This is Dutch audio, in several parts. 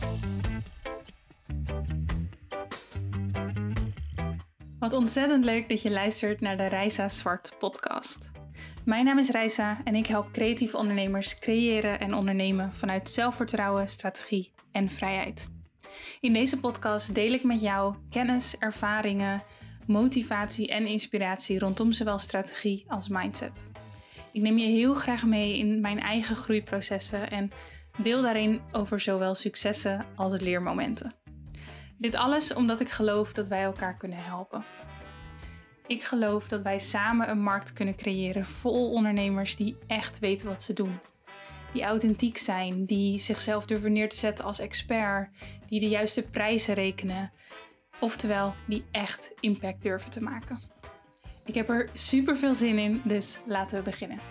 Wat ontzettend leuk dat je luistert naar de Reisa Zwart podcast. Mijn naam is Reisa en ik help creatieve ondernemers creëren en ondernemen vanuit zelfvertrouwen, strategie en vrijheid. In deze podcast deel ik met jou kennis, ervaringen, motivatie en inspiratie rondom zowel strategie als mindset. Ik neem je heel graag mee in mijn eigen groeiprocessen en deel daarin over zowel successen als leermomenten. Dit alles omdat ik geloof dat wij elkaar kunnen helpen. Ik geloof dat wij samen een markt kunnen creëren vol ondernemers die echt weten wat ze doen. Die authentiek zijn, die zichzelf durven neer te zetten als expert, die de juiste prijzen rekenen. Oftewel, die echt impact durven te maken. Ik heb er super veel zin in, dus laten we beginnen.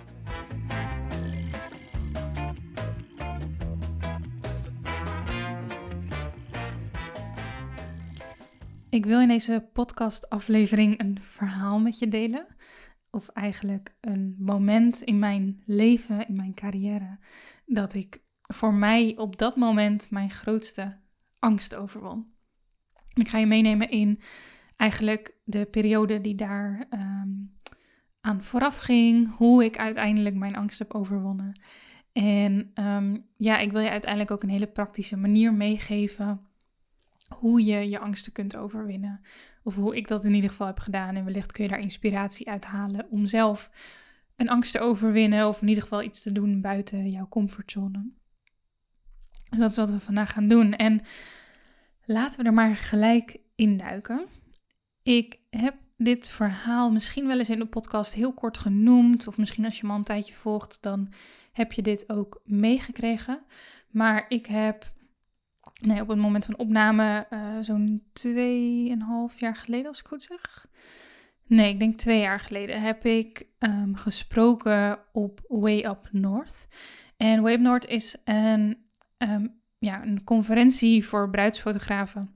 Ik wil in deze podcastaflevering een verhaal met je delen. Of eigenlijk een moment in mijn leven, in mijn carrière, dat ik voor mij op dat moment mijn grootste angst overwon. En ik ga je meenemen in eigenlijk de periode die daar aan vooraf ging, hoe ik uiteindelijk mijn angst heb overwonnen. En ik wil je uiteindelijk ook een hele praktische manier meegeven hoe je je angsten kunt overwinnen. Of hoe ik dat in ieder geval heb gedaan. En wellicht kun je daar inspiratie uit halen om zelf een angst te overwinnen. Of in ieder geval iets te doen buiten jouw comfortzone. Dus dat is wat we vandaag gaan doen. En laten we er maar gelijk induiken. Ik heb dit verhaal misschien wel eens in de podcast heel kort genoemd. Of misschien als je me al een tijdje volgt, dan heb je dit ook meegekregen. Maar ik heb op het moment van opname zo'n 2,5 jaar geleden, als ik goed zeg. Nee, ik denk 2 jaar geleden heb ik gesproken op Way Up North. En Way Up North is een conferentie voor bruidsfotografen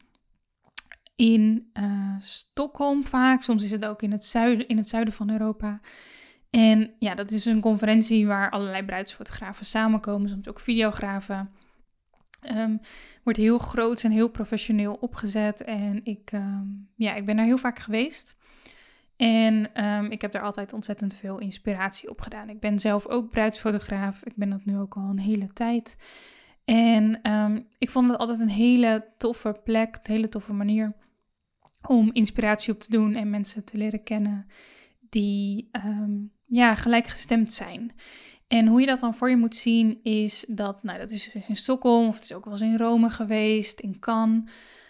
in Stockholm vaak. Soms is het ook in het zuiden van Europa. En ja, dat is een conferentie waar allerlei bruidsfotografen samenkomen, soms ook videografen. Wordt heel groot en heel professioneel opgezet. En ik ben daar heel vaak geweest. En ik heb daar altijd ontzettend veel inspiratie op gedaan. Ik ben zelf ook bruidsfotograaf. Ik ben dat nu ook al een hele tijd. En ik vond het altijd een hele toffe plek, een hele toffe manier om inspiratie op te doen en mensen te leren kennen die gelijkgestemd zijn. En hoe je dat dan voor je moet zien is dat is in Stockholm of het is ook wel eens in Rome geweest, in Cannes.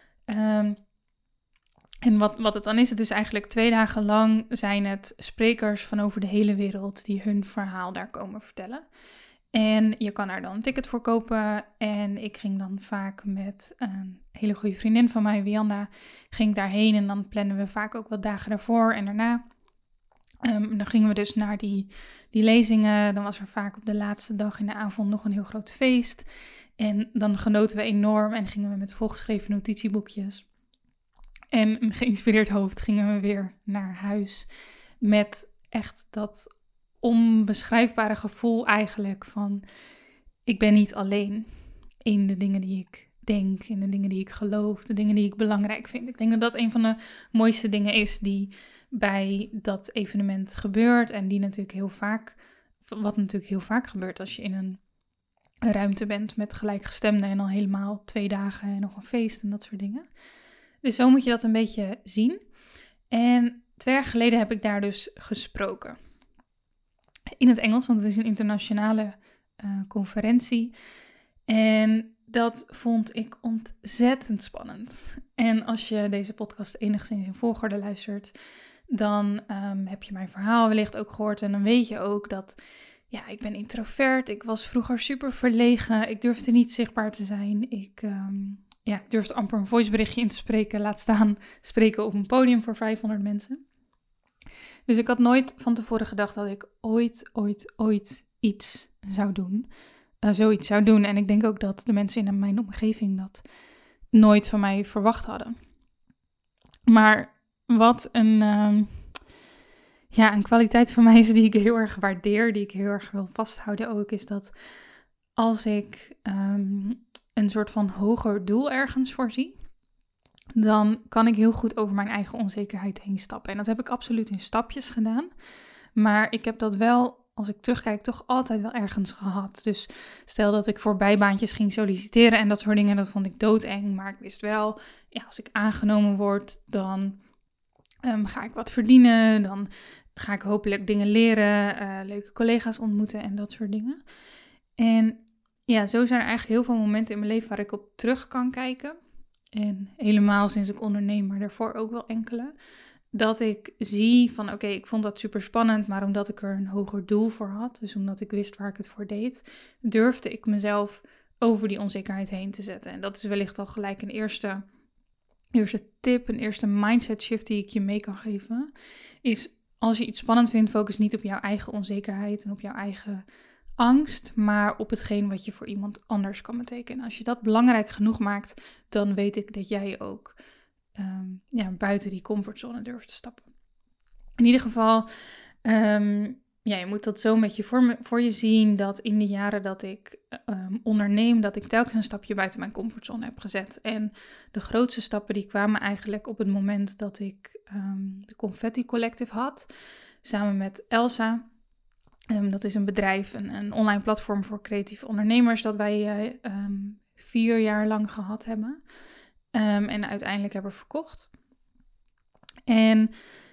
En wat het dan is, het is eigenlijk 2 dagen lang zijn het sprekers van over de hele wereld die hun verhaal daar komen vertellen. En je kan er dan een ticket voor kopen en ik ging dan vaak met een hele goede vriendin van mij, Wianda, ging ik daarheen en dan plannen we vaak ook wat dagen daarvoor en daarna. Dan gingen we dus naar die lezingen. Dan was er vaak op de laatste dag in de avond nog een heel groot feest. En dan genoten we enorm en gingen we met volgeschreven notitieboekjes. En een geïnspireerd hoofd gingen we weer naar huis. Met echt dat onbeschrijfbare gevoel eigenlijk van ik ben niet alleen in de dingen die ik denk, in de dingen die ik geloof, de dingen die ik belangrijk vind. Ik denk dat dat een van de mooiste dingen is die bij dat evenement gebeurt en die natuurlijk heel vaak gebeurt als je in een ruimte bent met gelijkgestemden en al helemaal 2 dagen en nog een feest en dat soort dingen. Dus zo moet je dat een beetje zien. En 2 jaar geleden heb ik daar dus gesproken. In het Engels, want het is een internationale conferentie. En dat vond ik ontzettend spannend. En als je deze podcast enigszins in volgorde luistert, dan heb je mijn verhaal wellicht ook gehoord. En dan weet je ook dat, ik ben introvert. Ik was vroeger super verlegen. Ik durfde niet zichtbaar te zijn. Ik durfde amper een voiceberichtje in te spreken. Laat staan spreken op een podium voor 500 mensen. Dus ik had nooit van tevoren gedacht dat ik ooit iets zou doen. Zoiets zou doen. En ik denk ook dat de mensen in mijn omgeving dat nooit van mij verwacht hadden. Maar wat een kwaliteit van mij is die ik heel erg waardeer, die ik heel erg wil vasthouden ook, is dat als ik een soort van hoger doel ergens voor zie, dan kan ik heel goed over mijn eigen onzekerheid heen stappen. En dat heb ik absoluut in stapjes gedaan. Maar ik heb dat wel, als ik terugkijk, toch altijd wel ergens gehad. Dus stel dat ik voor bijbaantjes ging solliciteren en dat soort dingen, dat vond ik doodeng. Maar ik wist wel, ja, als ik aangenomen word, dan ga ik wat verdienen. Dan ga ik hopelijk dingen leren, leuke collega's ontmoeten en dat soort dingen. En ja, zo zijn er eigenlijk heel veel momenten in mijn leven waar ik op terug kan kijken. En helemaal sinds ik onderneem, maar daarvoor ook wel enkele. Dat ik zie van oké, ik vond dat super spannend, maar omdat ik er een hoger doel voor had, dus omdat ik wist waar ik het voor deed, durfde ik mezelf over die onzekerheid heen te zetten. En dat is wellicht al gelijk een eerste tip, een eerste mindset shift die ik je mee kan geven. Is als je iets spannend vindt, focus niet op jouw eigen onzekerheid en op jouw eigen angst, maar op hetgeen wat je voor iemand anders kan betekenen. Als je dat belangrijk genoeg maakt, dan weet ik dat jij ook buiten die comfortzone durft te stappen. In ieder geval, je moet dat zo een beetje voor je zien, dat in de jaren dat ik onderneem, dat ik telkens een stapje buiten mijn comfortzone heb gezet. En de grootste stappen die kwamen eigenlijk op het moment dat ik de Confetti Collective had, samen met Elsa. Dat is een bedrijf, een online platform voor creatieve ondernemers dat wij 4 jaar lang gehad hebben. En uiteindelijk hebben verkocht. En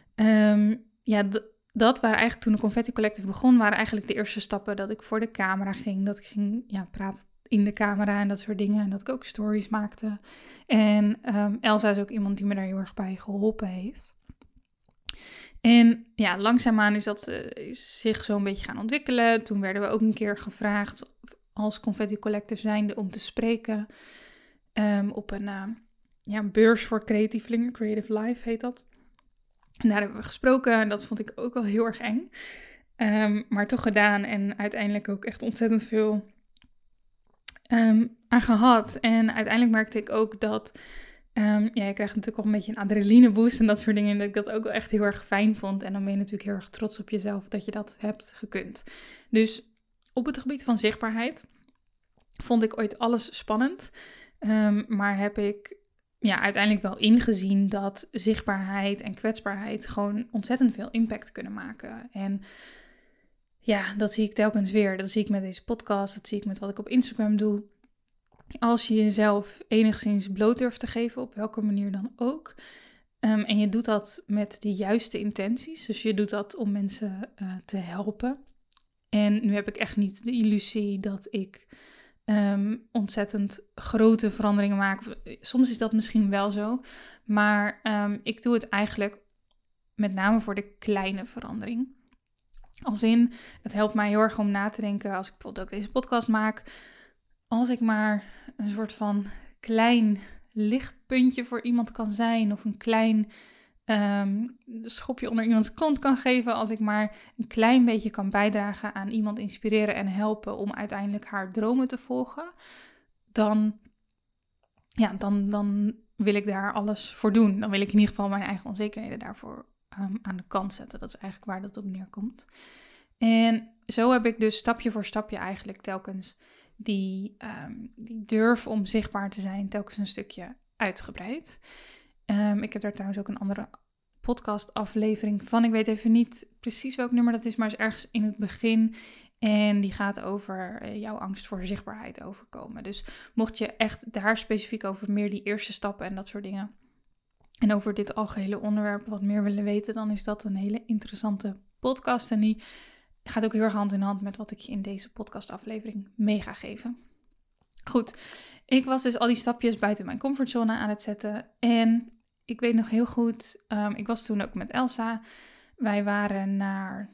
dat waren eigenlijk, toen de Confetti Collective begon, waren eigenlijk de eerste stappen dat ik voor de camera ging. Dat ik ging praten in de camera en dat soort dingen. En dat ik ook stories maakte. En Elsa is ook iemand die me daar heel erg bij geholpen heeft. En ja, langzaamaan is zich zo een beetje gaan ontwikkelen. Toen werden we ook een keer gevraagd als Confetti Collective zijnde om te spreken op een beurs voor creatievelingen. Creative Life heet dat. En daar hebben we gesproken en dat vond ik ook wel heel erg eng. Maar toch gedaan en uiteindelijk ook echt ontzettend veel aan gehad. En uiteindelijk merkte ik ook dat je krijgt natuurlijk ook een beetje een adrenaline boost en dat soort dingen. En dat ik dat ook wel echt heel erg fijn vond. En dan ben je natuurlijk heel erg trots op jezelf dat je dat hebt gekund. Dus op het gebied van zichtbaarheid vond ik ooit alles spannend. Maar heb ik uiteindelijk wel ingezien dat zichtbaarheid en kwetsbaarheid gewoon ontzettend veel impact kunnen maken. En ja, dat zie ik telkens weer. Dat zie ik met deze podcast, dat zie ik met wat ik op Instagram doe. Als je jezelf enigszins bloot durft te geven, op welke manier dan ook. En je doet dat met de juiste intenties. Dus je doet dat om mensen te helpen. En nu heb ik echt niet de illusie dat ik ontzettend grote veranderingen maak. Soms is dat misschien wel zo. Maar ik doe het eigenlijk met name voor de kleine verandering. Als in, het helpt mij heel erg om na te denken als ik bijvoorbeeld ook deze podcast maak. Als ik maar een soort van klein lichtpuntje voor iemand kan zijn of een klein schopje onder iemands kont kan geven, als ik maar een klein beetje kan bijdragen aan iemand inspireren en helpen om uiteindelijk haar dromen te volgen, dan wil ik daar alles voor doen. Dan wil ik in ieder geval mijn eigen onzekerheden daarvoor aan de kant zetten. Dat is eigenlijk waar dat op neerkomt. En zo heb ik dus stapje voor stapje eigenlijk telkens die durf om zichtbaar te zijn telkens een stukje uitgebreid. Ik heb daar trouwens ook een andere podcastaflevering van. Ik weet even niet precies welk nummer dat is, maar is ergens in het begin. En die gaat over jouw angst voor zichtbaarheid overkomen. Dus mocht je echt daar specifiek over meer die eerste stappen en dat soort dingen en over dit algehele onderwerp wat meer willen weten, dan is dat een hele interessante podcast. En die gaat ook heel erg hand in hand met wat ik je in deze podcastaflevering mee ga geven. Goed, ik was dus al die stapjes buiten mijn comfortzone aan het zetten. En ik weet nog heel goed, ik was toen ook met Elsa. Wij waren naar,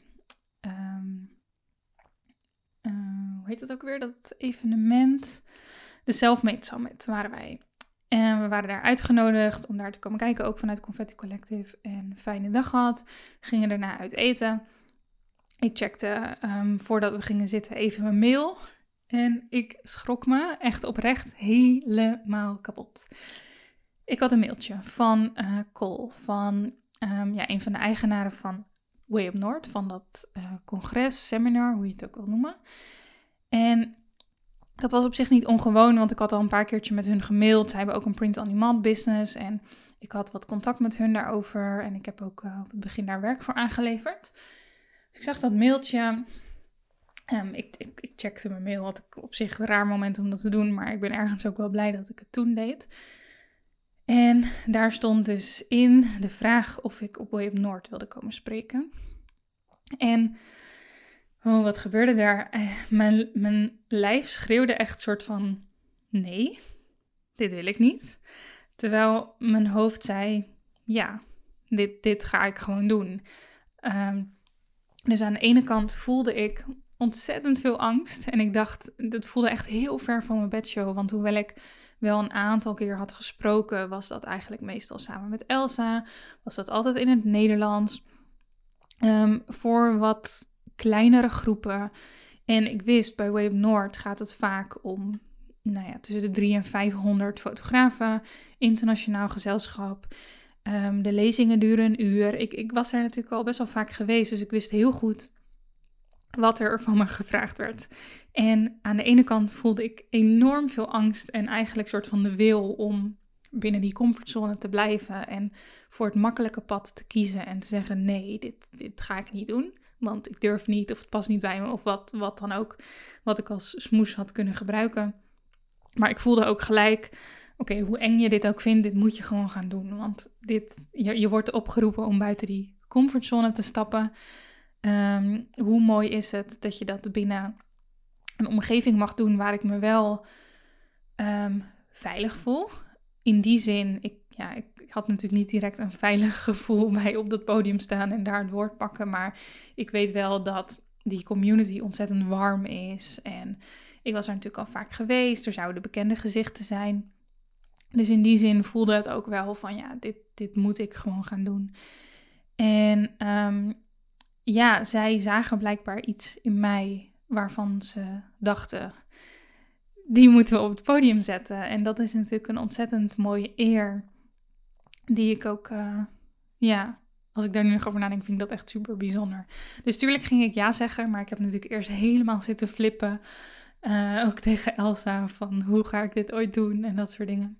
hoe heet dat ook weer, dat evenement? De Selfmade Summit waren wij. En we waren daar uitgenodigd om daar te komen kijken, ook vanuit Confetti Collective. En een fijne dag gehad. We gingen daarna uit eten. Ik checkte voordat we gingen zitten even mijn mail. En ik schrok me echt oprecht helemaal kapot. Ik had een mailtje van Cole, van een van de eigenaren van Way Up North, van dat congres, seminar, hoe je het ook wil noemen. En Dat was op zich niet ongewoon, want ik had al een paar keertje met hun gemaild. Zij hebben ook een print-on-demand business en ik had wat contact met hun daarover. En ik heb ook op het begin daar werk voor aangeleverd. Dus ik zag dat mailtje. Ik checkte mijn mail, had ik op zich een raar moment om dat te doen. Maar ik ben ergens ook wel blij dat ik het toen deed. En daar stond dus in de vraag of ik op Way Up Noord wilde komen spreken. En wat gebeurde daar? Mijn lijf schreeuwde echt soort van, nee, dit wil ik niet. Terwijl mijn hoofd zei, ja, dit ga ik gewoon doen. Dus aan de ene kant voelde ik ontzettend veel angst. En ik dacht, het voelde echt heel ver van mijn bedshow. Want hoewel ik wel een aantal keer had gesproken, was dat eigenlijk meestal samen met Elsa. Was dat altijd in het Nederlands. Voor wat kleinere groepen. En ik wist, bij Way Up Noord gaat het vaak om tussen de 300 en 500 fotografen. Internationaal gezelschap. De lezingen duren een uur. Ik was daar natuurlijk al best wel vaak geweest, dus ik wist heel goed wat er van me gevraagd werd. En aan de ene kant voelde ik enorm veel angst en eigenlijk soort van de wil om binnen die comfortzone te blijven en voor het makkelijke pad te kiezen en te zeggen, nee, dit ga ik niet doen, want ik durf niet of het past niet bij me of wat dan ook, wat ik als smoes had kunnen gebruiken. Maar ik voelde ook gelijk, oké, hoe eng je dit ook vindt, dit moet je gewoon gaan doen. Want je wordt opgeroepen om buiten die comfortzone te stappen. Hoe mooi is het dat je dat binnen een omgeving mag doen waar ik me wel veilig voel. In die zin, ik had natuurlijk niet direct een veilig gevoel bij op dat podium staan en daar het woord pakken. Maar ik weet wel dat die community ontzettend warm is. En ik was er natuurlijk al vaak geweest. Er zouden bekende gezichten zijn. Dus in die zin voelde het ook wel van ja, dit moet ik gewoon gaan doen. En zij zagen blijkbaar iets in mij waarvan ze dachten, die moeten we op het podium zetten. En dat is natuurlijk een ontzettend mooie eer die ik ook, als ik daar nu nog over nadenk, vind ik dat echt super bijzonder. Dus tuurlijk ging ik ja zeggen, maar ik heb natuurlijk eerst helemaal zitten flippen. Ook tegen Elsa van hoe ga ik dit ooit doen en dat soort dingen.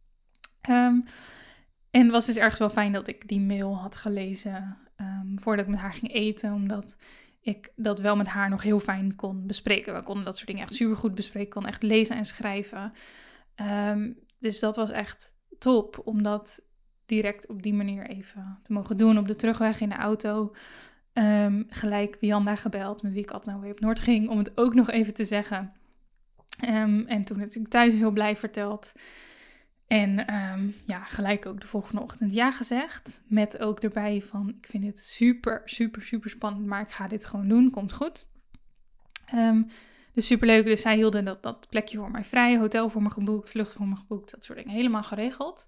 En het was dus ergens wel fijn dat ik die mail had gelezen voordat ik met haar ging eten, omdat ik dat wel met haar nog heel fijn kon bespreken. We konden dat soort dingen echt super goed bespreken, ik kon echt lezen en schrijven. Dus dat was echt top, om dat direct op die manier even te mogen doen. Op de terugweg in de auto gelijk Wianda gebeld, met wie ik altijd naar Way Up Noord ging, om het ook nog even te zeggen. En toen natuurlijk thuis heel blij verteld. En gelijk ook de volgende ochtend ja gezegd. Met ook erbij van, ik vind het super, super, super spannend, maar ik ga dit gewoon doen, komt goed. Dus superleuk. Dus zij hielden dat plekje voor mij vrij, hotel voor me geboekt, vlucht voor me geboekt, dat soort dingen helemaal geregeld.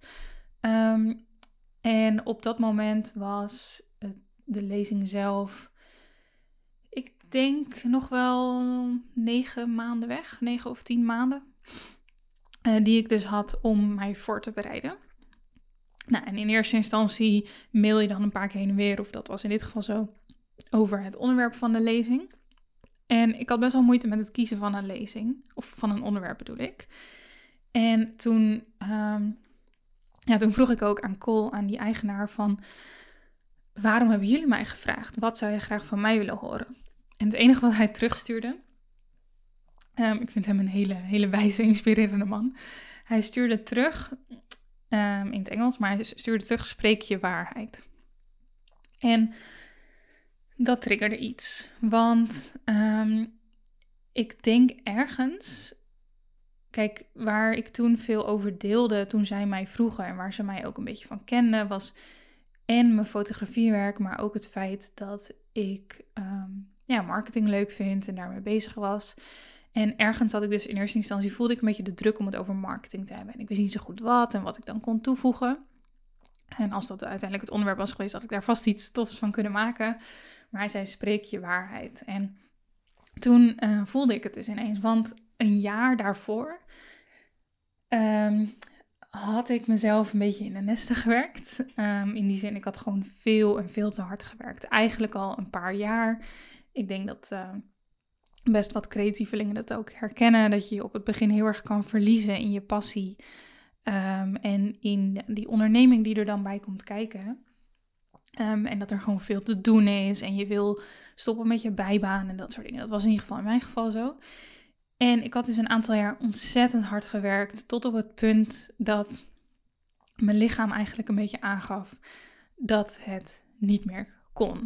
En op dat moment was de lezing zelf, ik denk nog wel 9 maanden weg, 9 of 10 maanden. Die ik dus had om mij voor te bereiden. Nou, en in eerste instantie mail je dan een paar keer heen en weer, of dat was in dit geval zo, over het onderwerp van de lezing. En ik had best wel moeite met het kiezen van een lezing, of van een onderwerp bedoel ik. En toen vroeg ik ook aan Cole, aan die eigenaar, van waarom hebben jullie mij gevraagd? Wat zou je graag van mij willen horen? En het enige wat hij terugstuurde, ik vind hem een hele, hele wijze, inspirerende man. Hij stuurde terug, in het Engels, maar hij stuurde terug, spreek je waarheid. En dat triggerde iets. Want ik denk ergens, kijk, waar ik toen veel over deelde, toen zij mij vroegen en waar ze mij ook een beetje van kenden, was en mijn fotografiewerk, maar ook het feit dat ik marketing leuk vind en daarmee bezig was. En ergens had ik dus in eerste instantie, voelde ik een beetje de druk om het over marketing te hebben. En ik wist niet zo goed wat en wat ik dan kon toevoegen. En als dat uiteindelijk het onderwerp was geweest, had ik daar vast iets tofs van kunnen maken. Maar hij zei, spreek je waarheid. En toen voelde ik het dus ineens. Want een jaar daarvoor had ik mezelf een beetje in de nesten gewerkt. In die zin, ik had gewoon veel en veel te hard gewerkt. Eigenlijk al een paar jaar. Ik denk dat best wat creatievelingen dat ook herkennen. Dat je je op het begin heel erg kan verliezen in je passie. En in die onderneming die er dan bij komt kijken. En dat er gewoon veel te doen is. En je wil stoppen met je bijbaan en dat soort dingen. Dat was in ieder geval in mijn geval zo. En ik had dus een aantal jaar ontzettend hard gewerkt. Tot op het punt dat mijn lichaam eigenlijk een beetje aangaf dat het niet meer kon.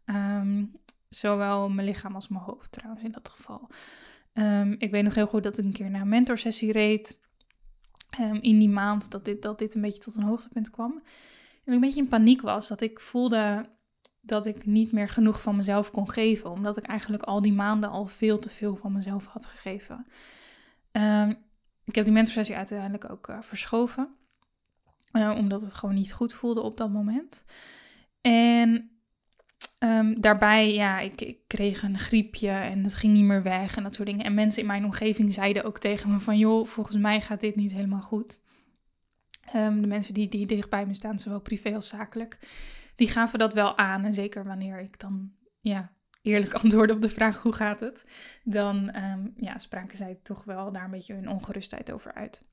Zowel mijn lichaam als mijn hoofd trouwens in dat geval. Ik weet nog heel goed dat ik een keer naar een mentorsessie reed. In die maand dat dit een beetje tot een hoogtepunt kwam. En ik een beetje in paniek was. Dat ik voelde dat ik niet meer genoeg van mezelf kon geven. Omdat ik eigenlijk al die maanden al veel te veel van mezelf had gegeven. Ik heb die mentorsessie uiteindelijk ook verschoven. Omdat het gewoon niet goed voelde op dat moment. En daarbij, ik kreeg een griepje en het ging niet meer weg en dat soort dingen. En mensen in mijn omgeving zeiden ook tegen me van, joh, volgens mij gaat dit niet helemaal goed. De mensen die dicht bij me staan, zowel privé als zakelijk, die gaven dat wel aan. En zeker wanneer ik dan, eerlijk antwoordde op de vraag, hoe gaat het? Dan, spraken zij toch wel daar een beetje hun ongerustheid over uit.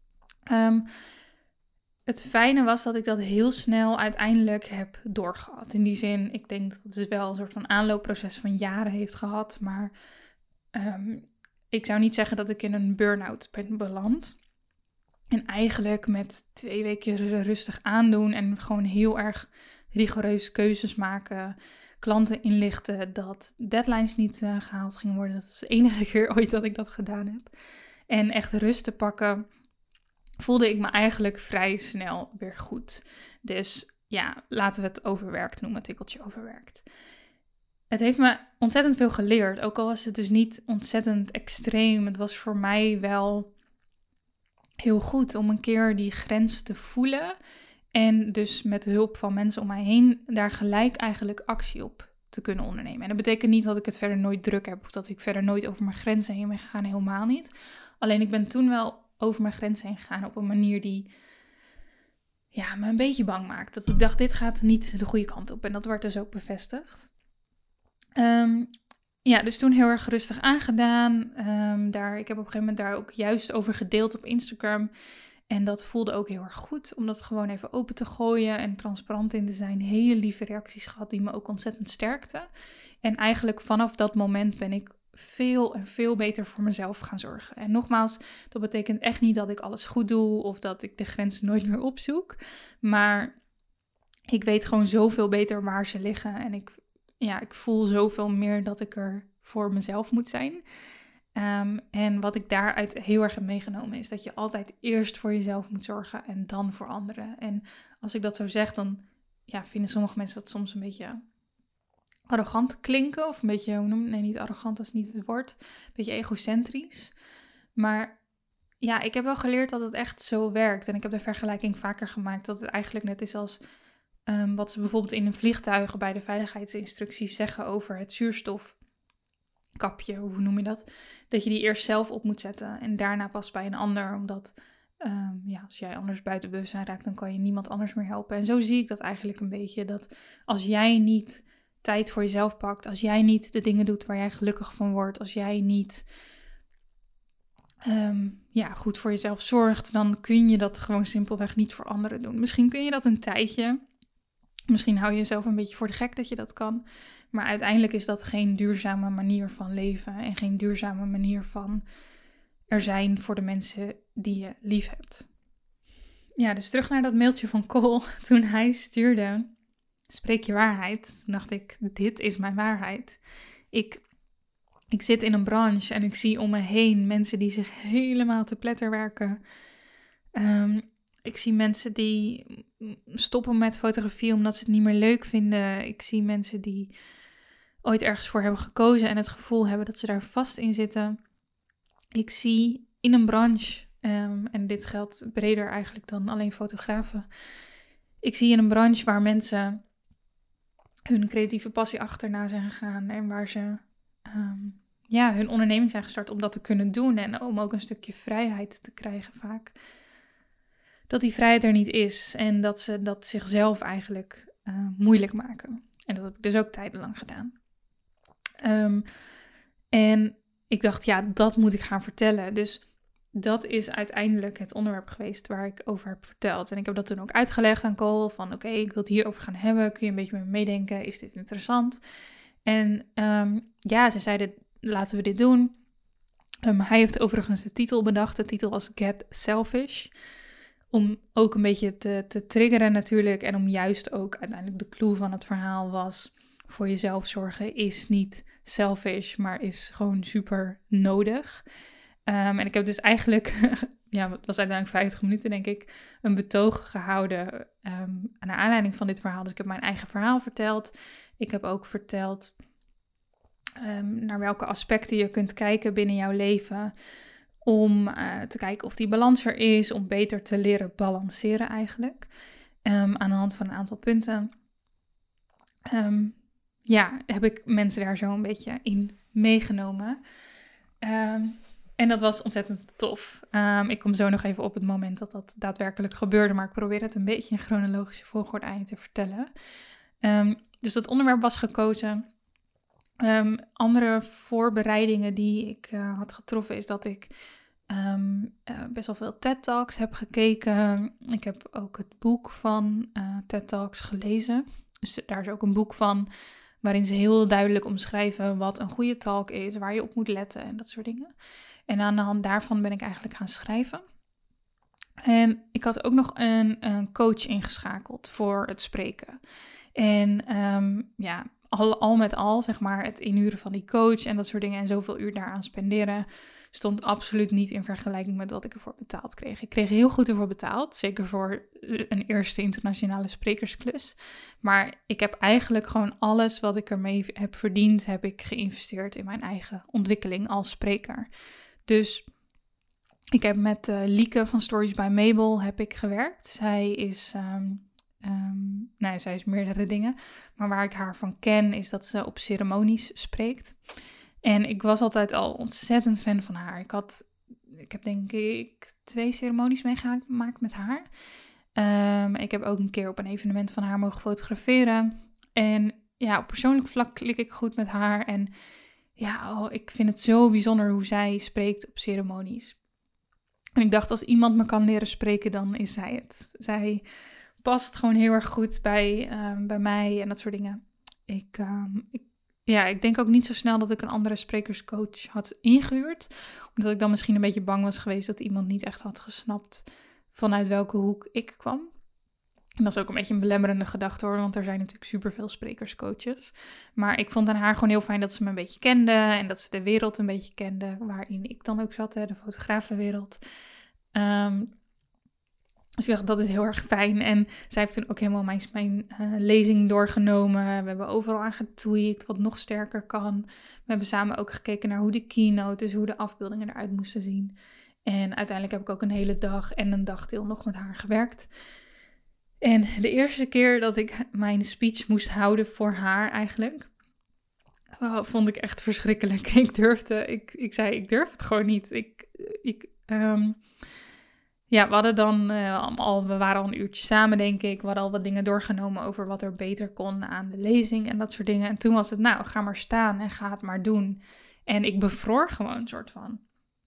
Het fijne was dat ik dat heel snel uiteindelijk heb doorgehad. In die zin, ik denk dat het wel een soort van aanloopproces van jaren heeft gehad. Maar ik zou niet zeggen dat ik in een burn-out ben beland. En eigenlijk met 2 weken rustig aandoen en gewoon heel erg rigoureus keuzes maken. Klanten inlichten dat deadlines niet gehaald gingen worden. Dat is de enige keer ooit dat ik dat gedaan heb. En echt rust te pakken, voelde ik me eigenlijk vrij snel weer goed. Dus laten we het overwerkt noemen, tikkeltje overwerkt. Het heeft me ontzettend veel geleerd, ook al was het dus niet ontzettend extreem. Het was voor mij wel heel goed om een keer die grens te voelen. En dus met de hulp van mensen om mij heen daar gelijk eigenlijk actie op te kunnen ondernemen. En dat betekent niet dat ik het verder nooit druk heb of dat ik verder nooit over mijn grenzen heen ben gegaan, helemaal niet. Alleen ik ben toen wel over mijn grenzen heen gegaan op een manier die me een beetje bang maakt. Dat ik dacht, dit gaat niet de goede kant op. En dat werd dus ook bevestigd. Dus toen heel erg rustig aangedaan. Ik heb op een gegeven moment daar ook juist over gedeeld op Instagram. En dat voelde ook heel erg goed, om dat gewoon even open te gooien en transparant in te zijn. Hele lieve reacties gehad die me ook ontzettend sterkten. En eigenlijk vanaf dat moment ben ik veel en veel beter voor mezelf gaan zorgen. En nogmaals, dat betekent echt niet dat ik alles goed doe of dat ik de grenzen nooit meer opzoek. Maar ik weet gewoon zoveel beter waar ze liggen. En ik voel zoveel meer dat ik er voor mezelf moet zijn. En wat ik daaruit heel erg heb meegenomen is dat je altijd eerst voor jezelf moet zorgen en dan voor anderen. En als ik dat zo zeg, dan vinden sommige mensen dat soms een beetje arrogant klinken. Of een beetje, nee, niet arrogant, dat is niet het woord. Een beetje egocentrisch. Maar ik heb wel geleerd dat het echt zo werkt. En ik heb de vergelijking vaker gemaakt dat het eigenlijk net is als wat ze bijvoorbeeld in een vliegtuig bij de veiligheidsinstructies zeggen over het zuurstofkapje, hoe noem je dat? Dat je die eerst zelf op moet zetten en daarna pas bij een ander. Omdat als jij anders buiten bewustzijn raakt, dan kan je niemand anders meer helpen. En zo zie ik dat eigenlijk een beetje. Dat als jij niet tijd voor jezelf pakt, als jij niet de dingen doet waar jij gelukkig van wordt, als jij niet goed voor jezelf zorgt, dan kun je dat gewoon simpelweg niet voor anderen doen. Misschien kun je dat een tijdje. Misschien hou je jezelf een beetje voor de gek dat je dat kan. Maar uiteindelijk is dat geen duurzame manier van leven en geen duurzame manier van er zijn voor de mensen die je lief hebt. Dus terug naar dat mailtje van Cole. Toen hij stuurde, spreek je waarheid. Toen dacht ik, dit is mijn waarheid. Ik zit in een branche en ik zie om me heen mensen die zich helemaal te pletter werken. Ik zie mensen die stoppen met fotografie omdat ze het niet meer leuk vinden. Ik zie mensen die ooit ergens voor hebben gekozen en het gevoel hebben dat ze daar vast in zitten. Ik zie in een branche, en dit geldt breder eigenlijk dan alleen fotografen. Ik zie in een branche waar mensen hun creatieve passie achterna zijn gegaan en waar ze hun onderneming zijn gestart om dat te kunnen doen en om ook een stukje vrijheid te krijgen vaak. Dat die vrijheid er niet is en dat ze dat zichzelf eigenlijk moeilijk maken. En dat heb ik dus ook tijdenlang gedaan. En ik dacht, ja, dat moet ik gaan vertellen. Dus dat is uiteindelijk het onderwerp geweest waar ik over heb verteld. En ik heb dat toen ook uitgelegd aan Cole, van oké, ik wil het hierover gaan hebben. Kun je een beetje met me meedenken? Is dit interessant? En ze zeiden, laten we dit doen. Hij heeft overigens de titel bedacht. De titel was Get Selfish. Om ook een beetje te triggeren natuurlijk. En om juist ook uiteindelijk de clue van het verhaal was, voor jezelf zorgen is niet selfish, maar is gewoon super nodig. En ik heb dus eigenlijk, het was uiteindelijk 50 minuten denk ik, een betoog gehouden naar aanleiding van dit verhaal. Dus ik heb mijn eigen verhaal verteld. Ik heb ook verteld naar welke aspecten je kunt kijken binnen jouw leven om te kijken of die balans er is, om beter te leren balanceren eigenlijk. Aan de hand van een aantal punten. Heb ik mensen daar zo een beetje in meegenomen. En dat was ontzettend tof. Ik kom zo nog even op het moment dat dat daadwerkelijk gebeurde, maar ik probeer het een beetje in chronologische volgorde aan je te vertellen. Dus dat onderwerp was gekozen. Andere voorbereidingen die ik had getroffen is dat ik best wel veel TED Talks heb gekeken. Ik heb ook het boek van TED Talks gelezen. Dus daar is ook een boek van waarin ze heel duidelijk omschrijven wat een goede talk is, waar je op moet letten en dat soort dingen. En aan de hand daarvan ben ik eigenlijk gaan schrijven. En ik had ook nog een coach ingeschakeld voor het spreken. En al met al, zeg maar, het inhuren van die coach en dat soort dingen en zoveel uur daaraan spenderen, stond absoluut niet in vergelijking met wat ik ervoor betaald kreeg. Ik kreeg heel goed ervoor betaald, zeker voor een eerste internationale sprekersklus. Maar ik heb eigenlijk gewoon alles wat ik ermee heb verdiend, heb ik geïnvesteerd in mijn eigen ontwikkeling als spreker. Dus ik heb met Lieke van Stories by Mabel heb ik gewerkt. Zij is zij is meerdere dingen. Maar waar ik haar van ken is dat ze op ceremonies spreekt. En ik was altijd al ontzettend fan van haar. Ik heb denk ik 2 ceremonies meegemaakt met haar. Ik heb ook een keer op een evenement van haar mogen fotograferen. En ja, op persoonlijk vlak klik ik goed met haar. En ja, ik vind het zo bijzonder hoe zij spreekt op ceremonies. En ik dacht, als iemand me kan leren spreken, dan is zij het. Zij past gewoon heel erg goed bij mij en dat soort dingen. Ik denk ook niet zo snel dat ik een andere sprekerscoach had ingehuurd. Omdat ik dan misschien een beetje bang was geweest dat iemand niet echt had gesnapt vanuit welke hoek ik kwam. En dat is ook een beetje een belemmerende gedachte hoor, want er zijn natuurlijk superveel sprekerscoaches. Maar ik vond aan haar gewoon heel fijn dat ze me een beetje kende en dat ze de wereld een beetje kende waarin ik dan ook zat, de fotografenwereld. Dus ik dacht, dat is heel erg fijn. En zij heeft toen ook helemaal mijn lezing doorgenomen. We hebben overal aan getweakt wat nog sterker kan. We hebben samen ook gekeken naar hoe de keynote, dus hoe de afbeeldingen eruit moesten zien. En uiteindelijk heb ik ook een hele dag en een dagdeel nog met haar gewerkt. En de eerste keer dat ik mijn speech moest houden voor haar eigenlijk, vond ik echt verschrikkelijk. Ik zei, ik durf het gewoon niet. We hadden dan we waren al een uurtje samen, denk ik. We hadden al wat dingen doorgenomen over wat er beter kon aan de lezing en dat soort dingen. En toen was het, nou, ga maar staan en ga het maar doen. En ik bevroor gewoon, soort van.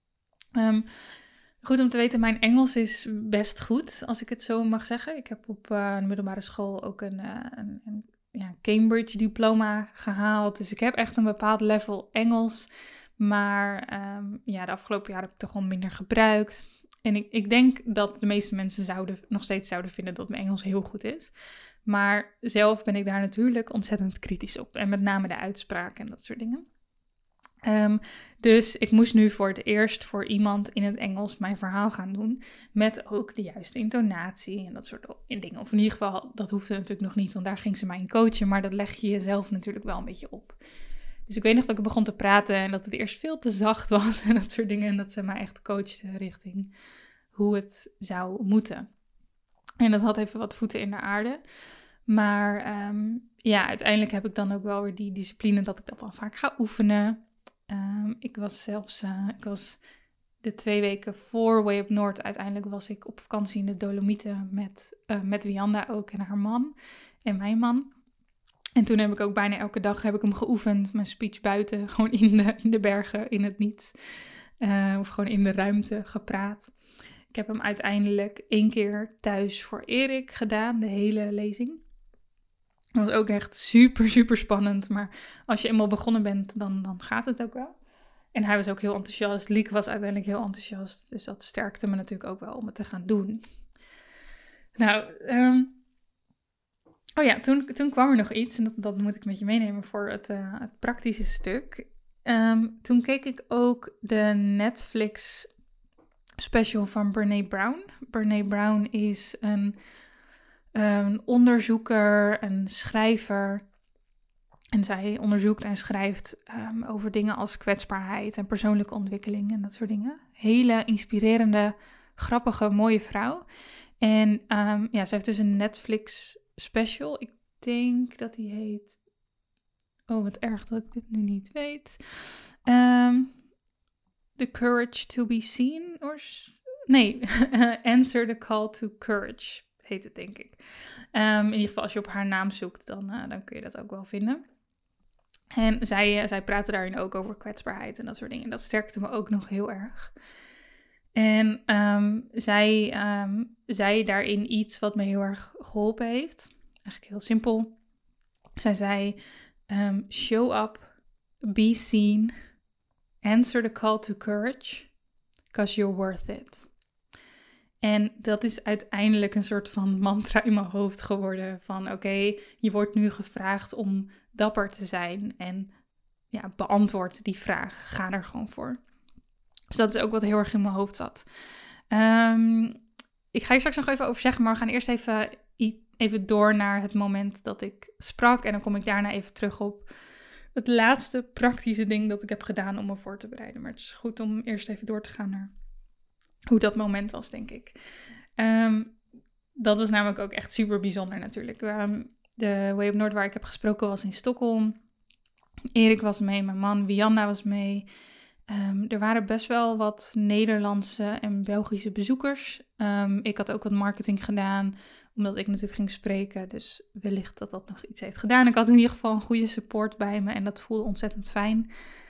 Goed om te weten, mijn Engels is best goed, als ik het zo mag zeggen. Ik heb op een middelbare school ook een Cambridge diploma gehaald. Dus ik heb echt een bepaald level Engels. Maar de afgelopen jaren heb ik toch wel minder gebruikt. En ik denk dat de meeste mensen nog steeds zouden vinden dat mijn Engels heel goed is. Maar zelf ben ik daar natuurlijk ontzettend kritisch op. En met name de uitspraak en dat soort dingen. Dus ik moest nu voor het eerst voor iemand in het Engels mijn verhaal gaan doen. Met ook de juiste intonatie en dat soort dingen. Of in ieder geval, dat hoefde natuurlijk nog niet, want daar ging ze mij in coachen. Maar dat leg je jezelf natuurlijk wel een beetje op. Dus ik weet nog dat ik begon te praten en dat het eerst veel te zacht was en dat soort dingen. En dat ze mij echt coachte richting hoe het zou moeten. En dat had even wat voeten in de aarde. Maar uiteindelijk heb ik dan ook wel weer die discipline dat ik dat dan vaak ga oefenen. Ik was de 2 weken voor Way Up North, uiteindelijk was ik op vakantie in de Dolomieten met Wianda ook en haar man en mijn man. En toen heb ik ook bijna elke dag hem geoefend, mijn speech buiten, gewoon in de bergen, in het niets. Of gewoon in de ruimte gepraat. Ik heb hem uiteindelijk 1 keer thuis voor Erik gedaan, de hele lezing. Dat was ook echt super, super spannend. Maar als je eenmaal begonnen bent, dan gaat het ook wel. En hij was ook heel enthousiast. Lieke was uiteindelijk heel enthousiast. Dus dat sterkte me natuurlijk ook wel om het te gaan doen. Nou, oh ja, toen kwam er nog iets. En dat moet ik met je meenemen voor het praktische stuk. Toen keek ik ook de Netflix special van Brené Brown. Brené Brown is een onderzoeker, een schrijver. En zij onderzoekt en schrijft over dingen als kwetsbaarheid en persoonlijke ontwikkeling en dat soort dingen. Hele inspirerende, grappige, mooie vrouw. En zij heeft dus een Netflix special. Ik denk dat die heet... Oh, wat erg dat ik dit nu niet weet. The Courage to be Seen. Nee, Answer the Call to Courage heet het, denk ik. In ieder geval, als je op haar naam zoekt, dan kun je dat ook wel vinden. En zij praten daarin ook over kwetsbaarheid en dat soort dingen. Dat sterkte me ook nog heel erg. En zij zei daarin iets wat me heel erg geholpen heeft. Eigenlijk heel simpel. Zij zei, show up, be seen, answer the call to courage, because you're worth it. En dat is uiteindelijk een soort van mantra in mijn hoofd geworden. Van oké, je wordt nu gevraagd om dapper te zijn. En ja, beantwoord die vraag. Ga er gewoon voor. Dus dat is ook wat heel erg in mijn hoofd zat. Ik ga hier straks nog even over zeggen. Maar we gaan eerst even door naar het moment dat ik sprak. En dan kom ik daarna even terug op het laatste praktische ding dat ik heb gedaan om me voor te bereiden. Maar het is goed om eerst even door te gaan naar hoe dat moment was, denk ik. Dat was namelijk ook echt super bijzonder natuurlijk. De Way Up North waar ik heb gesproken was in Stockholm. Erik was mee, mijn man Wianna was mee. Er waren best wel wat Nederlandse en Belgische bezoekers. Ik had ook wat marketing gedaan, omdat ik natuurlijk ging spreken. Dus wellicht dat dat nog iets heeft gedaan. Ik had in ieder geval een goede support bij me en dat voelde ontzettend fijn.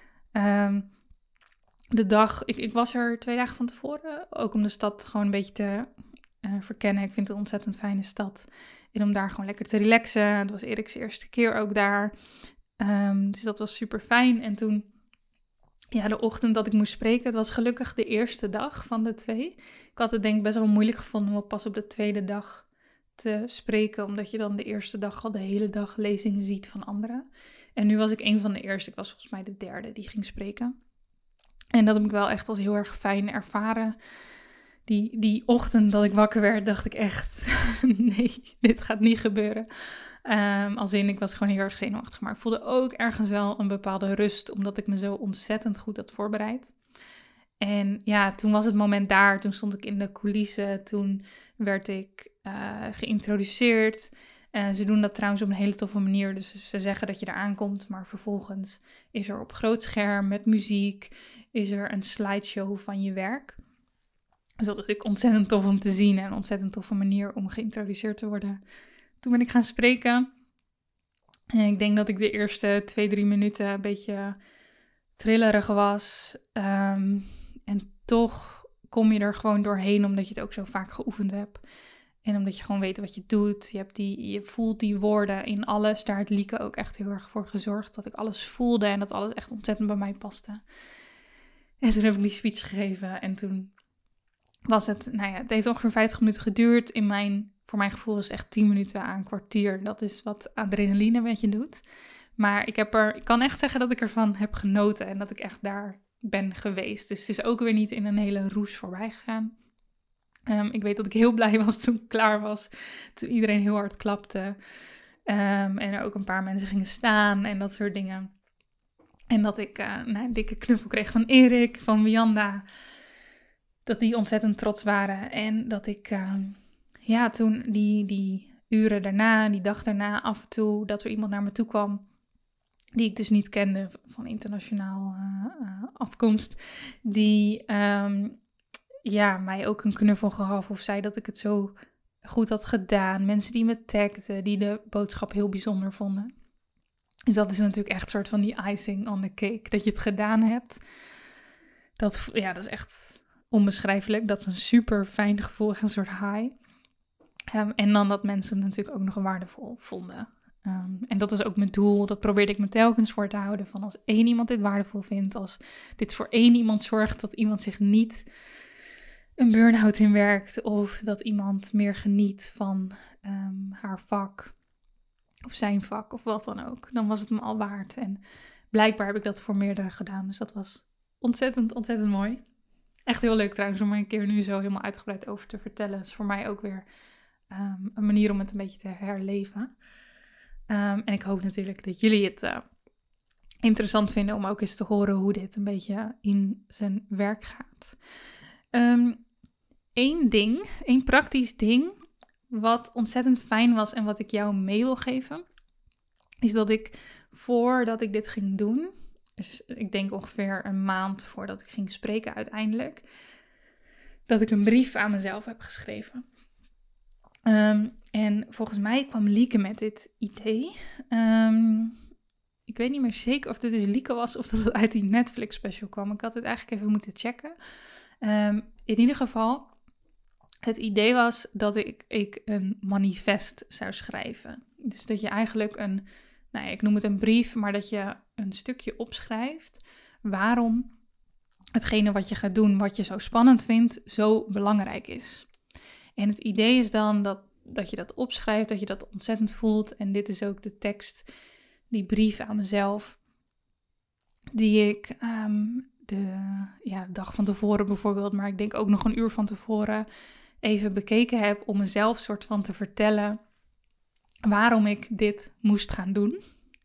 De dag, ik was er 2 dagen van tevoren, ook om de stad gewoon een beetje te verkennen. Ik vind het een ontzettend fijne stad. En om daar gewoon lekker te relaxen. Het was Erik's eerste keer ook daar. Dus dat was super fijn. En toen, ja, de ochtend dat ik moest spreken, het was gelukkig de eerste dag van de 2. Ik had het denk ik best wel moeilijk gevonden om pas op de tweede dag te spreken, omdat je dan de eerste dag al de hele dag lezingen ziet van anderen. En nu was ik een van de eerste, ik was volgens mij de 3e die ging spreken. En dat heb ik wel echt als heel erg fijn ervaren. Die ochtend dat ik wakker werd, dacht ik echt, nee, dit gaat niet gebeuren. Als in, ik was gewoon heel erg zenuwachtig. Maar ik voelde ook ergens wel een bepaalde rust, omdat ik me zo ontzettend goed had voorbereid. En ja, toen was het moment daar. Toen stond ik in de coulissen. Toen werd ik geïntroduceerd. Ze doen dat trouwens op een hele toffe manier. Dus ze zeggen dat je er aankomt. Maar vervolgens is er op groot scherm met muziek. Is er een slideshow van je werk. Dus dat is natuurlijk ontzettend tof om te zien. En een ontzettend toffe manier om geïntroduceerd te worden. Toen ben ik gaan spreken. En ik denk dat ik de eerste 2-3 minuten een beetje trillerig was. En toch kom je er gewoon doorheen, omdat je het ook zo vaak geoefend hebt. En omdat je gewoon weet wat je doet. Je voelt die woorden in alles. Daar had Lieke ook echt heel erg voor gezorgd. Dat ik alles voelde en dat alles echt ontzettend bij mij paste. En toen heb ik die speech gegeven. En toen was het, het heeft ongeveer 50 minuten geduurd. Voor mijn gevoel was het echt 10 minuten aan een kwartier. Dat is wat adrenaline met je doet. Maar ik kan echt zeggen dat ik ervan heb genoten. En dat ik echt daar ben geweest. Dus het is ook weer niet in een hele roes voorbij gegaan. Ik weet dat ik heel blij was toen ik klaar was. Toen iedereen heel hard klapte. En er ook een paar mensen gingen staan en dat soort dingen. En dat ik een dikke knuffel kreeg van Erik, van Wianda. Dat die ontzettend trots waren. En dat ik toen die uren daarna, die dag daarna af en toe, dat er iemand naar me toe kwam. Die ik dus niet kende, van internationaal afkomst. Die mij ook een knuffel gaf of zei dat ik het zo goed had gedaan. Mensen die me tagden, die de boodschap heel bijzonder vonden. Dus dat is natuurlijk echt een soort van die icing on the cake. Dat je het gedaan hebt. Dat is echt onbeschrijfelijk. Dat is een super fijn gevoel, echt een soort high. En dan dat mensen het natuurlijk ook nog waardevol vonden. En dat is ook mijn doel. Dat probeerde ik me telkens voor te houden. Van als één iemand dit waardevol vindt. Als dit voor één iemand zorgt dat iemand zich niet een burn-out inwerkt. Of dat iemand meer geniet van haar vak. Of zijn vak of wat dan ook. Dan was het me al waard. En blijkbaar heb ik dat voor meerdere gedaan. Dus dat was ontzettend, ontzettend mooi. Echt heel leuk trouwens om er een keer nu zo helemaal uitgebreid over te vertellen. Het is voor mij ook weer een manier om het een beetje te herleven. En ik hoop natuurlijk dat jullie het interessant vinden om ook eens te horen hoe dit een beetje in zijn werk gaat. Één praktisch ding wat ontzettend fijn was en wat ik jou mee wil geven, is dat ik voordat ik dit ging doen, dus ik denk ongeveer een maand voordat ik ging spreken uiteindelijk, dat ik een brief aan mezelf heb geschreven. En volgens mij kwam Lieke met dit idee. Ik weet niet meer zeker of dit dus Lieke was of dat het uit die Netflix special kwam. Ik had het eigenlijk even moeten checken. In ieder geval, het idee was dat ik een manifest zou schrijven. Dus dat je eigenlijk ik noem het een brief, maar dat je een stukje opschrijft waarom hetgene wat je gaat doen, wat je zo spannend vindt, zo belangrijk is. En het idee is dan dat je dat opschrijft, dat je dat ontzettend voelt. En dit is ook de tekst, die brief aan mezelf, die ik de dag van tevoren bijvoorbeeld, maar ik denk ook nog een uur van tevoren even bekeken heb om mezelf soort van te vertellen waarom ik dit moest gaan doen.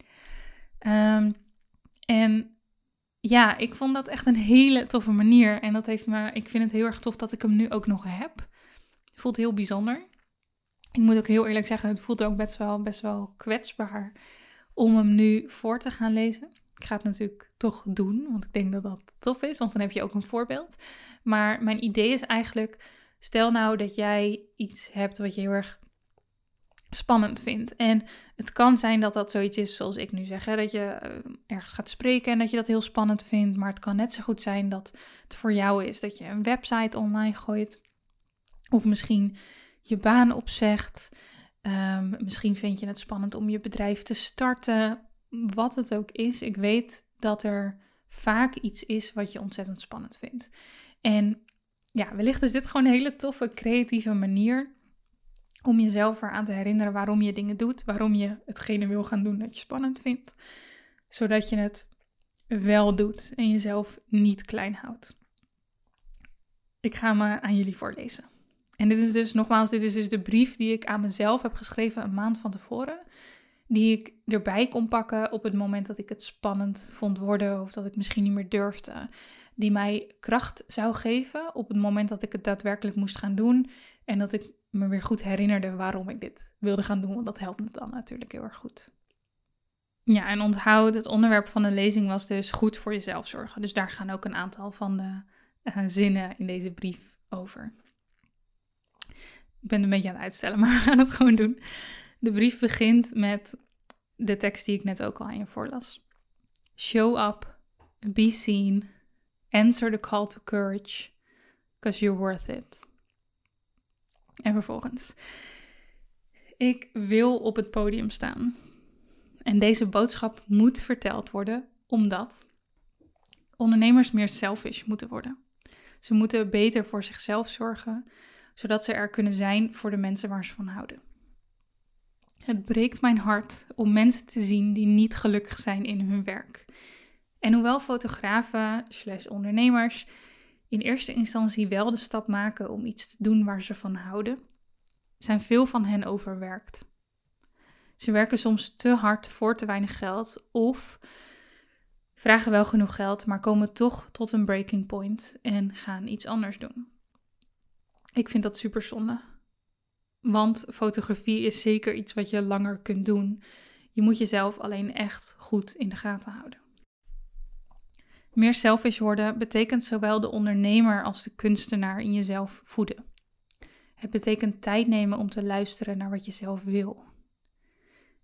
Ik vond dat echt een hele toffe manier. En ik vind het heel erg tof dat ik hem nu ook nog heb. Het voelt heel bijzonder. Ik moet ook heel eerlijk zeggen, het voelt ook best wel kwetsbaar om hem nu voor te gaan lezen. Ik ga het natuurlijk toch doen, want ik denk dat dat tof is, want dan heb je ook een voorbeeld. Maar mijn idee is eigenlijk, stel nou dat jij iets hebt wat je heel erg spannend vindt. En het kan zijn dat dat zoiets is zoals ik nu zeg, hè, dat je ergens gaat spreken en dat je dat heel spannend vindt. Maar het kan net zo goed zijn dat het voor jou is dat je een website online gooit. Of misschien je baan opzegt. Misschien vind je het spannend om je bedrijf te starten. Wat het ook is, ik weet dat er vaak iets is wat je ontzettend spannend vindt. En ja, wellicht is dit gewoon een hele toffe, creatieve manier om jezelf eraan te herinneren waarom je dingen doet. Waarom je hetgene wil gaan doen dat je spannend vindt. Zodat je het wel doet en jezelf niet klein houdt. Ik ga me aan jullie voorlezen. En dit is dus de brief die ik aan mezelf heb geschreven een maand van tevoren. Die ik erbij kon pakken op het moment dat ik het spannend vond worden. Of dat ik misschien niet meer durfde. Die mij kracht zou geven op het moment dat ik het daadwerkelijk moest gaan doen. En dat ik me weer goed herinnerde waarom ik dit wilde gaan doen. Want dat helpt me dan natuurlijk heel erg goed. Ja, en onthoud, het onderwerp van de lezing was dus goed voor jezelf zorgen. Dus daar gaan ook een aantal van de zinnen in deze brief over. Ik ben het een beetje aan het uitstellen, maar we gaan het gewoon doen. De brief begint met de tekst die ik net ook al aan je voorlas. Show up, be seen, answer the call to courage, 'cause you're worth it. En vervolgens. Ik wil op het podium staan. En deze boodschap moet verteld worden, omdat ondernemers meer selfish moeten worden. Ze moeten beter voor zichzelf zorgen, zodat ze er kunnen zijn voor de mensen waar ze van houden. Het breekt mijn hart om mensen te zien die niet gelukkig zijn in hun werk. En hoewel fotografen / ondernemers in eerste instantie wel de stap maken om iets te doen waar ze van houden, zijn veel van hen overwerkt. Ze werken soms te hard voor te weinig geld of vragen wel genoeg geld, maar komen toch tot een breaking point en gaan iets anders doen. Ik vind dat super zonde. Want fotografie is zeker iets wat je langer kunt doen. Je moet jezelf alleen echt goed in de gaten houden. Meer selfish worden betekent zowel de ondernemer als de kunstenaar in jezelf voeden. Het betekent tijd nemen om te luisteren naar wat je zelf wil.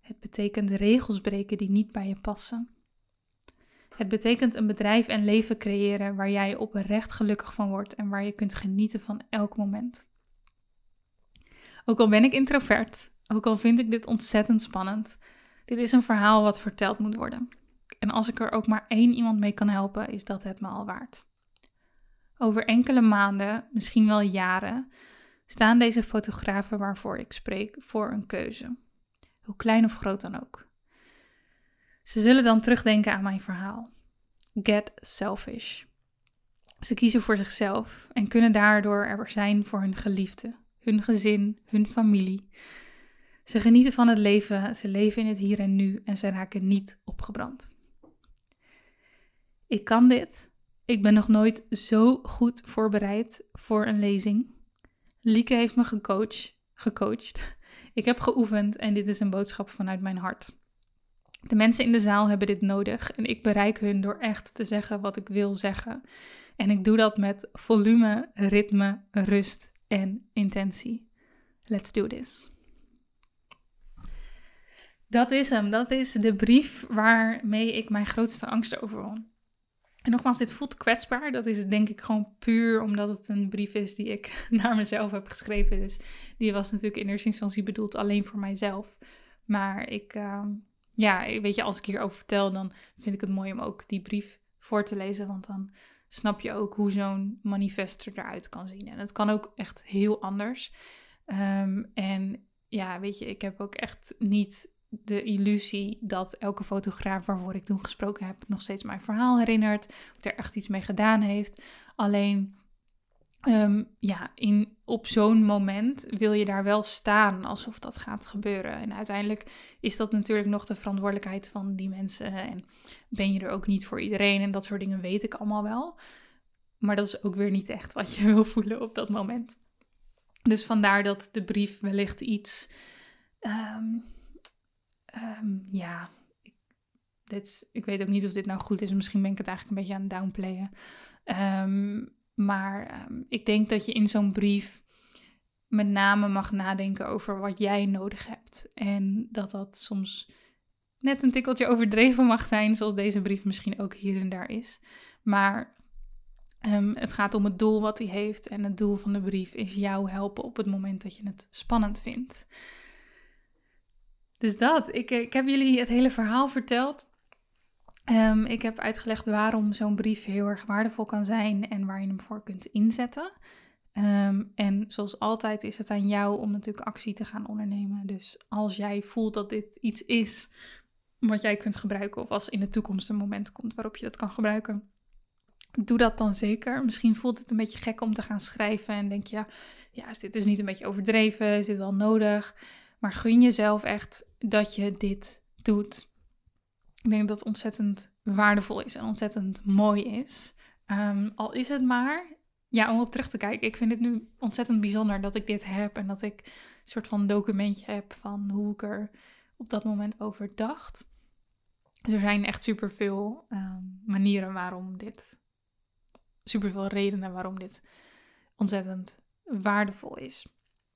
Het betekent regels breken die niet bij je passen. Het betekent een bedrijf en leven creëren waar jij oprecht gelukkig van wordt en waar je kunt genieten van elk moment. Ook al ben ik introvert, ook al vind ik dit ontzettend spannend, dit is een verhaal wat verteld moet worden. En als ik er ook maar 1 iemand mee kan helpen, is dat het me al waard. Over enkele maanden, misschien wel jaren, staan deze fotografen waarvoor ik spreek voor een keuze. Hoe klein of groot dan ook. Ze zullen dan terugdenken aan mijn verhaal. Get selfish. Ze kiezen voor zichzelf en kunnen daardoor er zijn voor hun geliefde, hun gezin, hun familie. Ze genieten van het leven, ze leven in het hier en nu en ze raken niet opgebrand. Ik kan dit. Ik ben nog nooit zo goed voorbereid voor een lezing. Lieke heeft me gecoacht. Ik heb geoefend en dit is een boodschap vanuit mijn hart. De mensen in de zaal hebben dit nodig en ik bereik hun door echt te zeggen wat ik wil zeggen. En ik doe dat met volume, ritme, rust en intentie. Let's do this. Dat is hem. Dat is de brief waarmee ik mijn grootste angsten overwon. En nogmaals, dit voelt kwetsbaar. Dat is denk ik gewoon puur omdat het een brief is die ik naar mezelf heb geschreven. Dus die was natuurlijk in eerste instantie bedoeld alleen voor mijzelf. Maar weet je, als ik hierover vertel, dan vind ik het mooi om ook die brief voor te lezen. Want dan snap je ook hoe zo'n manifest eruit kan zien. En het kan ook echt heel anders. En ja, weet je, ik heb ook echt niet de illusie dat elke fotograaf waarvoor ik toen gesproken heb nog steeds mijn verhaal herinnert. Of er echt iets mee gedaan heeft. Alleen, op zo'n moment wil je daar wel staan alsof dat gaat gebeuren. En uiteindelijk is dat natuurlijk nog de verantwoordelijkheid van die mensen. En ben je er ook niet voor iedereen en dat soort dingen weet ik allemaal wel. Maar dat is ook weer niet echt wat je wil voelen op dat moment. Dus vandaar dat de brief wellicht iets... ik weet ook niet of dit nou goed is. Misschien ben ik het eigenlijk een beetje aan het downplayen. Maar ik denk dat je in zo'n brief met name mag nadenken over wat jij nodig hebt. En dat soms net een tikkeltje overdreven mag zijn, zoals deze brief misschien ook hier en daar is. Maar het gaat om het doel wat hij heeft. En het doel van de brief is jou helpen op het moment dat je het spannend vindt. Dus dat. Ik heb jullie het hele verhaal verteld. Ik heb uitgelegd waarom zo'n brief heel erg waardevol kan zijn en waar je hem voor kunt inzetten. En zoals altijd is het aan jou om natuurlijk actie te gaan ondernemen. Dus als jij voelt dat dit iets is wat jij kunt gebruiken, of als in de toekomst een moment komt waarop je dat kan gebruiken, doe dat dan zeker. Misschien voelt het een beetje gek om te gaan schrijven en denk je, ja, is dit dus niet een beetje overdreven? Is dit wel nodig? Maar gun jezelf echt dat je dit doet. Ik denk dat het ontzettend waardevol is en ontzettend mooi is. Al is het maar, om op terug te kijken. Ik vind het nu ontzettend bijzonder dat ik dit heb. En dat ik een soort van documentje heb van hoe ik er op dat moment over dacht. Dus er zijn echt superveel superveel redenen waarom dit ontzettend waardevol is.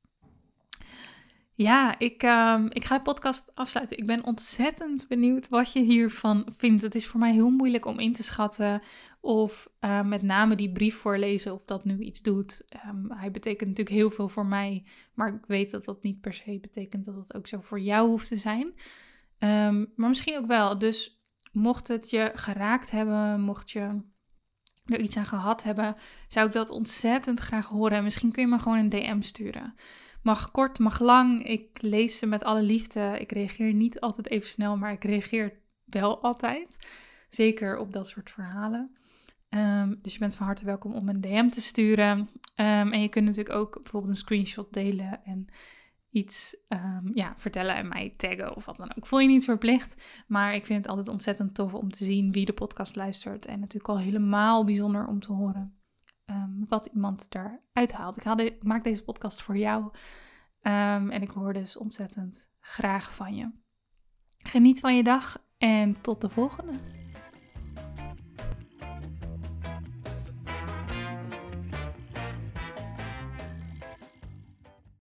Ja, ik ga de podcast afsluiten. Ik ben ontzettend benieuwd wat je hiervan vindt. Het is voor mij heel moeilijk om in te schatten of met name die brief voorlezen of dat nu iets doet. Hij betekent natuurlijk heel veel voor mij, maar ik weet dat dat niet per se betekent dat het ook zo voor jou hoeft te zijn. Maar misschien ook wel. Dus mocht het je geraakt hebben, mocht je er iets aan gehad hebben, zou ik dat ontzettend graag horen. Misschien kun je me gewoon een DM sturen. Mag kort, mag lang. Ik lees ze met alle liefde. Ik reageer niet altijd even snel, maar ik reageer wel altijd. Zeker op dat soort verhalen. Dus je bent van harte welkom om een DM te sturen. En je kunt natuurlijk ook bijvoorbeeld een screenshot delen en iets vertellen en mij taggen of wat dan ook. Voel je niet verplicht, maar ik vind het altijd ontzettend tof om te zien wie de podcast luistert. En natuurlijk al helemaal bijzonder om te horen wat iemand daaruit haalt. Ik maak deze podcast voor jou en ik hoor dus ontzettend graag van je. Geniet van je dag en tot de volgende.